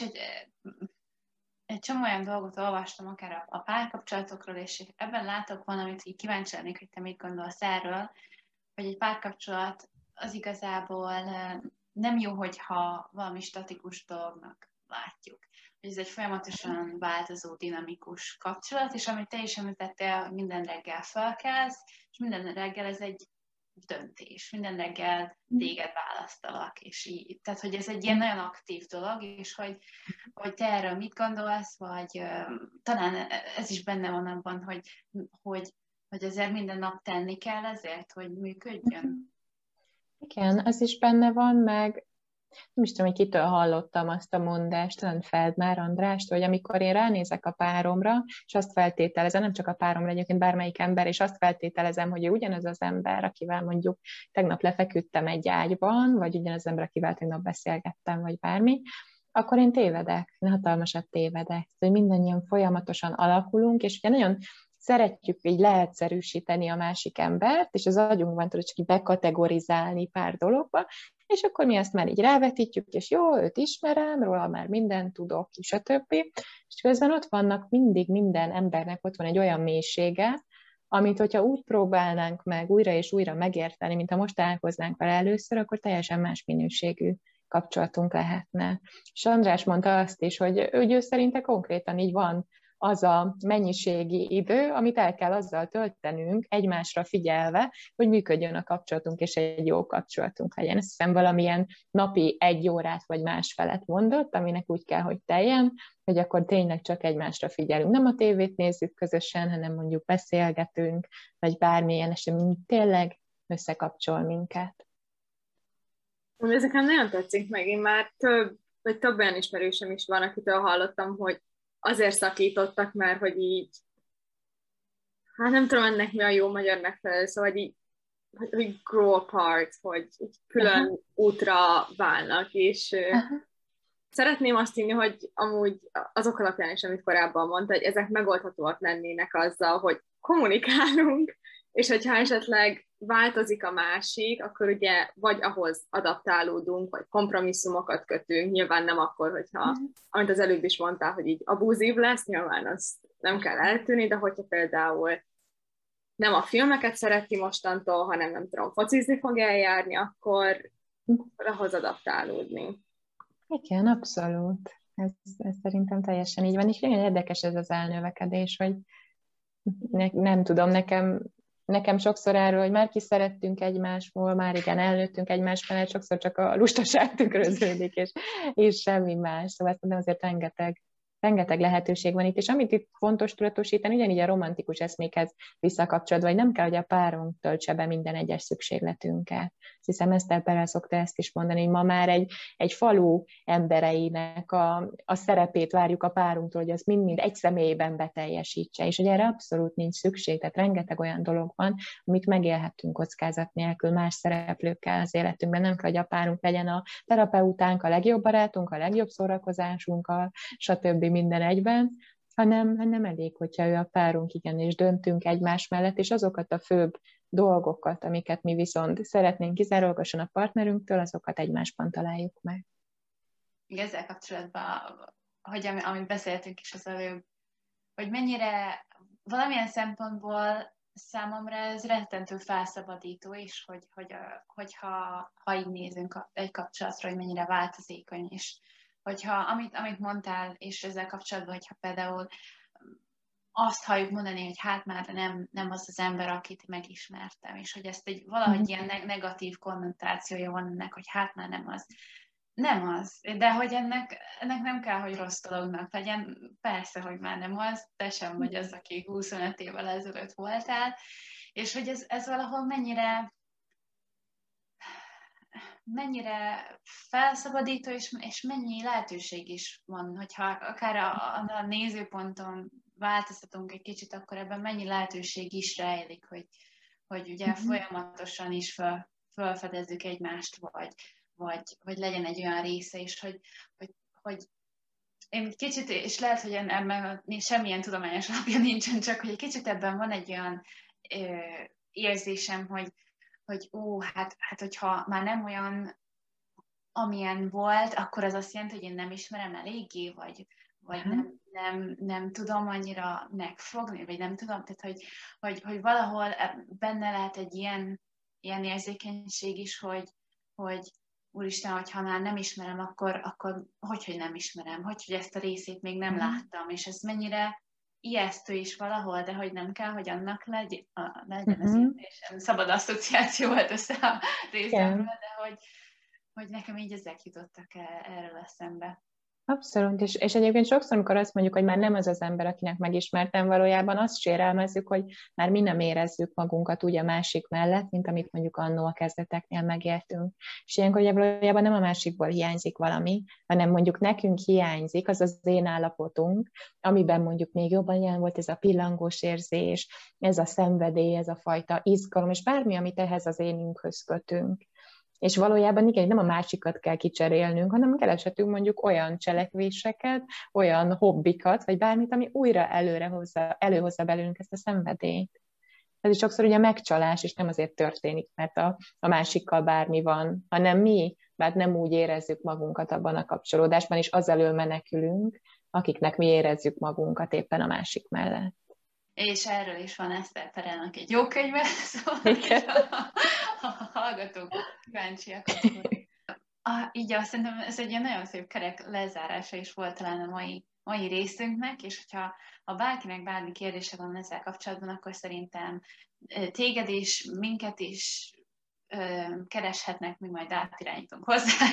egy csomó olyan dolgot olvastam, akár a párkapcsolatokról, és ebben látok valamit, hogy kíváncsi lennék, hogy te mit gondolsz erről, hogy egy párkapcsolat az igazából nem jó, hogyha valami statikus dolognak látjuk. Hogy ez egy folyamatosan változó, dinamikus kapcsolat, és amit te is említettél, minden reggel felkelsz, és minden reggel ez egy döntés. Minden reggel téged választalak, és így. Tehát, hogy ez egy ilyen nagyon aktív dolog, és hogy te erről mit gondolsz, vagy talán ez is benne van abban, hogy ezért minden nap tenni kell ezért, hogy működjön. Igen, az is benne van, meg nem is tudom, hogy kitől hallottam azt a mondást, talán Feldmár Andrást, hogy amikor én ránézek a páromra, és azt feltételezem, nem csak a páromra, egyébként bármelyik ember, és azt feltételezem, hogy ő ugyanaz az ember, akivel mondjuk tegnap lefeküdtem egy ágyban, vagy ugyanaz az ember, akivel tegnap beszélgettem, vagy bármi, akkor én tévedek, hatalmasat tévedek. Hogy mindannyian folyamatosan alakulunk, és ugye nagyon szeretjük így leegyszerűsíteni a másik embert, és az agyunkban tudod csak így bekategorizálni pár dologba, és akkor mi azt már így rávetítjük, és jó, őt ismerem, róla már mindent tudok, és a többi. És közben ott vannak mindig minden embernek, ott van egy olyan mélysége, amit hogyha úgy próbálnánk meg újra és újra megérteni, mint ha most találkoznánk vele először, akkor teljesen más minőségű kapcsolatunk lehetne. És András mondta azt is, hogy ő szerinte konkrétan így van az a mennyiségi idő, amit el kell azzal töltenünk, egymásra figyelve, hogy működjön a kapcsolatunk, és egy jó kapcsolatunk legyen. Ezt hiszem valamilyen napi 1 órát vagy másfelet mondott, aminek úgy kell, hogy teljen, hogy akkor tényleg csak egymásra figyelünk. Nem a tévét nézzük közösen, hanem mondjuk beszélgetünk, vagy bármilyen esemény tényleg összekapcsol minket. Ez nekem nagyon tetszik meg. Én már több olyan ismerősöm is van, akitől hallottam, hogy azért szakítottak, mert hogy így, hát nem tudom ennek mi a jó magyar megfelelő, szóval így, hogy grow apart, hogy külön útra válnak, és szeretném azt hinni, hogy amúgy azok alapján is, amit korábban mondta, hogy ezek megoldhatóak lennének azzal, hogy kommunikálunk, és hogyha esetleg változik a másik, akkor ugye vagy ahhoz adaptálódunk, vagy kompromisszumokat kötünk, nyilván nem akkor, hogyha, amit az előbb is mondtál, hogy így abúzív lesz, nyilván azt nem kell eltűnni, de hogyha például nem a filmeket szereti mostantól, hanem nem tudom, focizni fog eljárni, akkor ahhoz adaptálódni. Igen, abszolút. Ez szerintem teljesen így van, és nagyon érdekes ez az elnövekedés, hogy nem tudom, nekem sokszor erről, hogy már kiszerettünk egymásból, már igen, elnőttünk egymás mellett, sokszor csak a lustaság tükröződik, és semmi más. Szóval szerintem azért rengeteg lehetőség van itt, és amit itt fontos tudatosítani, ugyanígy a romantikus eszmékhez visszakapcsolódva, hogy nem kell, hogy a párunk töltse be minden egyes szükségletünket. Azt hiszem, Eszter Perel szokta ezt is mondani, hogy ma már egy falu embereinek a szerepét várjuk a párunktól, hogy az mind egy személyben beteljesítse, és hogy erre abszolút nincs szükség, tehát rengeteg olyan dolog van, amit megélhetünk kockázat nélkül más szereplőkkel az életünkben. Nem kell, hogy a párunk legyen a terapeutánk, a legjobb barátunk, a legjobb szórakozásunk, stb. Minden egyben, hanem elég, hogyha ő a párunk, igen, és döntünk egymás mellett, és azokat a főbb dolgokat, amiket mi viszont szeretnénk kizárólagosan a partnerünktől, azokat egymásban találjuk meg. Ezzel kapcsolatban, hogy amit beszéltünk is az előbb, hogy mennyire valamilyen szempontból számomra ez rettentő felszabadító is, hogyha így nézünk egy kapcsolatra, hogy mennyire változékony, és hogyha, amit mondtál, és ezzel kapcsolatban, hogyha például azt halljuk mondani, hogy hát már nem az az ember, akit megismertem, és hogy ezt valahogy ilyen negatív konnotációja van ennek, hogy hát már nem az. Nem az, de hogy ennek nem kell, hogy rossz dolognak legyen. Persze, hogy már nem az, te sem vagy az, aki 25 évvel ezelőtt voltál, és hogy ez valahol mennyire felszabadító, és mennyi lehetőség is van, hogyha akár a nézőponton változtatunk egy kicsit, akkor ebben mennyi lehetőség is rejlik, hogy ugye folyamatosan is felfedezzük egymást, vagy legyen egy olyan része is, hogy én kicsit, és lehet, hogy ebben semmilyen tudományos alapja nincsen, csak hogy egy kicsit ebben van egy olyan érzésem, hogy hogyha már nem olyan, amilyen volt, akkor az azt jelenti, hogy én nem ismerem eléggé, vagy nem tudom annyira megfogni, vagy nem tudom, tehát hogy valahol benne lehet egy ilyen érzékenység is, hogy úristen, hogyha már nem ismerem, akkor hogy nem ismerem, hogy ezt a részét még nem láttam, és ez mennyire ijesztő is valahol, de hogy nem kell, hogy annak legyen az érzésem. Szabad asszociáció volt össze a részemről, de hogy nekem így ezek jutottak erről eszembe. Abszolút, és egyébként sokszor, amikor azt mondjuk, hogy már nem az az ember, akinek megismertem, valójában azt sérelmezzük, hogy már mi nem érezzük magunkat úgy a másik mellett, mint amit mondjuk annó a kezdeteknél megértünk. És ilyenkor ugye valójában nem a másikból hiányzik valami, hanem mondjuk nekünk hiányzik az az én állapotunk, amiben mondjuk még jobban jelen volt ez a pillangós érzés, ez a szenvedély, ez a fajta izgalom, és bármi, amit ehhez az énünkhöz kötünk. És valójában igen, nem a másikat kell kicserélnünk, hanem kereshetünk mondjuk olyan cselekvéseket, olyan hobbikat, vagy bármit, ami újra előhozza belőlünk ezt a szenvedélyt. Ez is sokszor ugye megcsalás, és nem azért történik, mert a másikkal bármi van, hanem mi, mert nem úgy érezzük magunkat abban a kapcsolódásban, és az elől menekülünk, akiknek mi érezzük magunkat éppen a másik mellett. És erről is van Eszter Perelnek egy jó könyve, szóval a hallgatók kíváncsiak, akkor így azt szerintem ez egy ilyen nagyon szép kerek lezárása is volt talán a mai részünknek, és ha bárkinek bármi kérdése van ezzel kapcsolatban, akkor szerintem téged is, minket is kereshetnek, mi majd átirányítunk hozzá,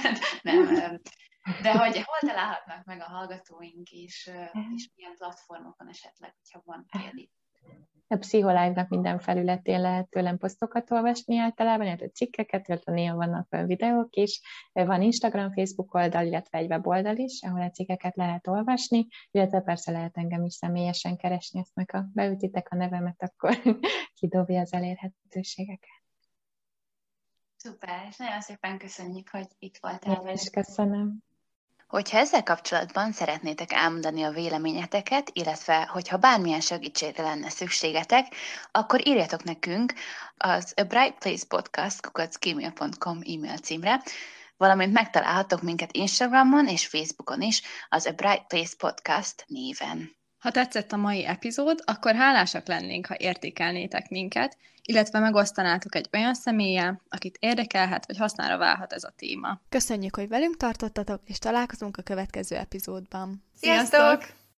de hogy hol találhatnak meg a hallgatóink, és milyen platformokon esetleg, hogyha van kérdés. A Pszicholive-nak minden felületén lehet tőlem posztokat olvasni általában, illetve cikkeket, illetve néha vannak videók is. Van Instagram, Facebook oldal, illetve egy weboldal is, ahol a cikkeket lehet olvasni, illetve persze lehet engem is személyesen keresni, ezt meg ha beütitek a nevemet, akkor kidobja az elérhetőségeket. Szuper, és nagyon szépen köszönjük, hogy itt voltál. Én is köszönöm. Hogyha ezzel kapcsolatban szeretnétek elmondani a véleményeteket, illetve hogyha bármilyen segítségre lenne szükségetek, akkor írjatok nekünk az abrightplacepodcast@gmail.com e-mail címre, valamint megtalálhattok minket Instagramon és Facebookon is az A Bright Place Podcast néven. Ha tetszett a mai epizód, akkor hálásak lennénk, ha értékelnétek minket, illetve megosztanátok egy olyan személlyel, akit érdekelhet, vagy hasznára válhat ez a téma. Köszönjük, hogy velünk tartottatok, és találkozunk a következő epizódban. Sziasztok!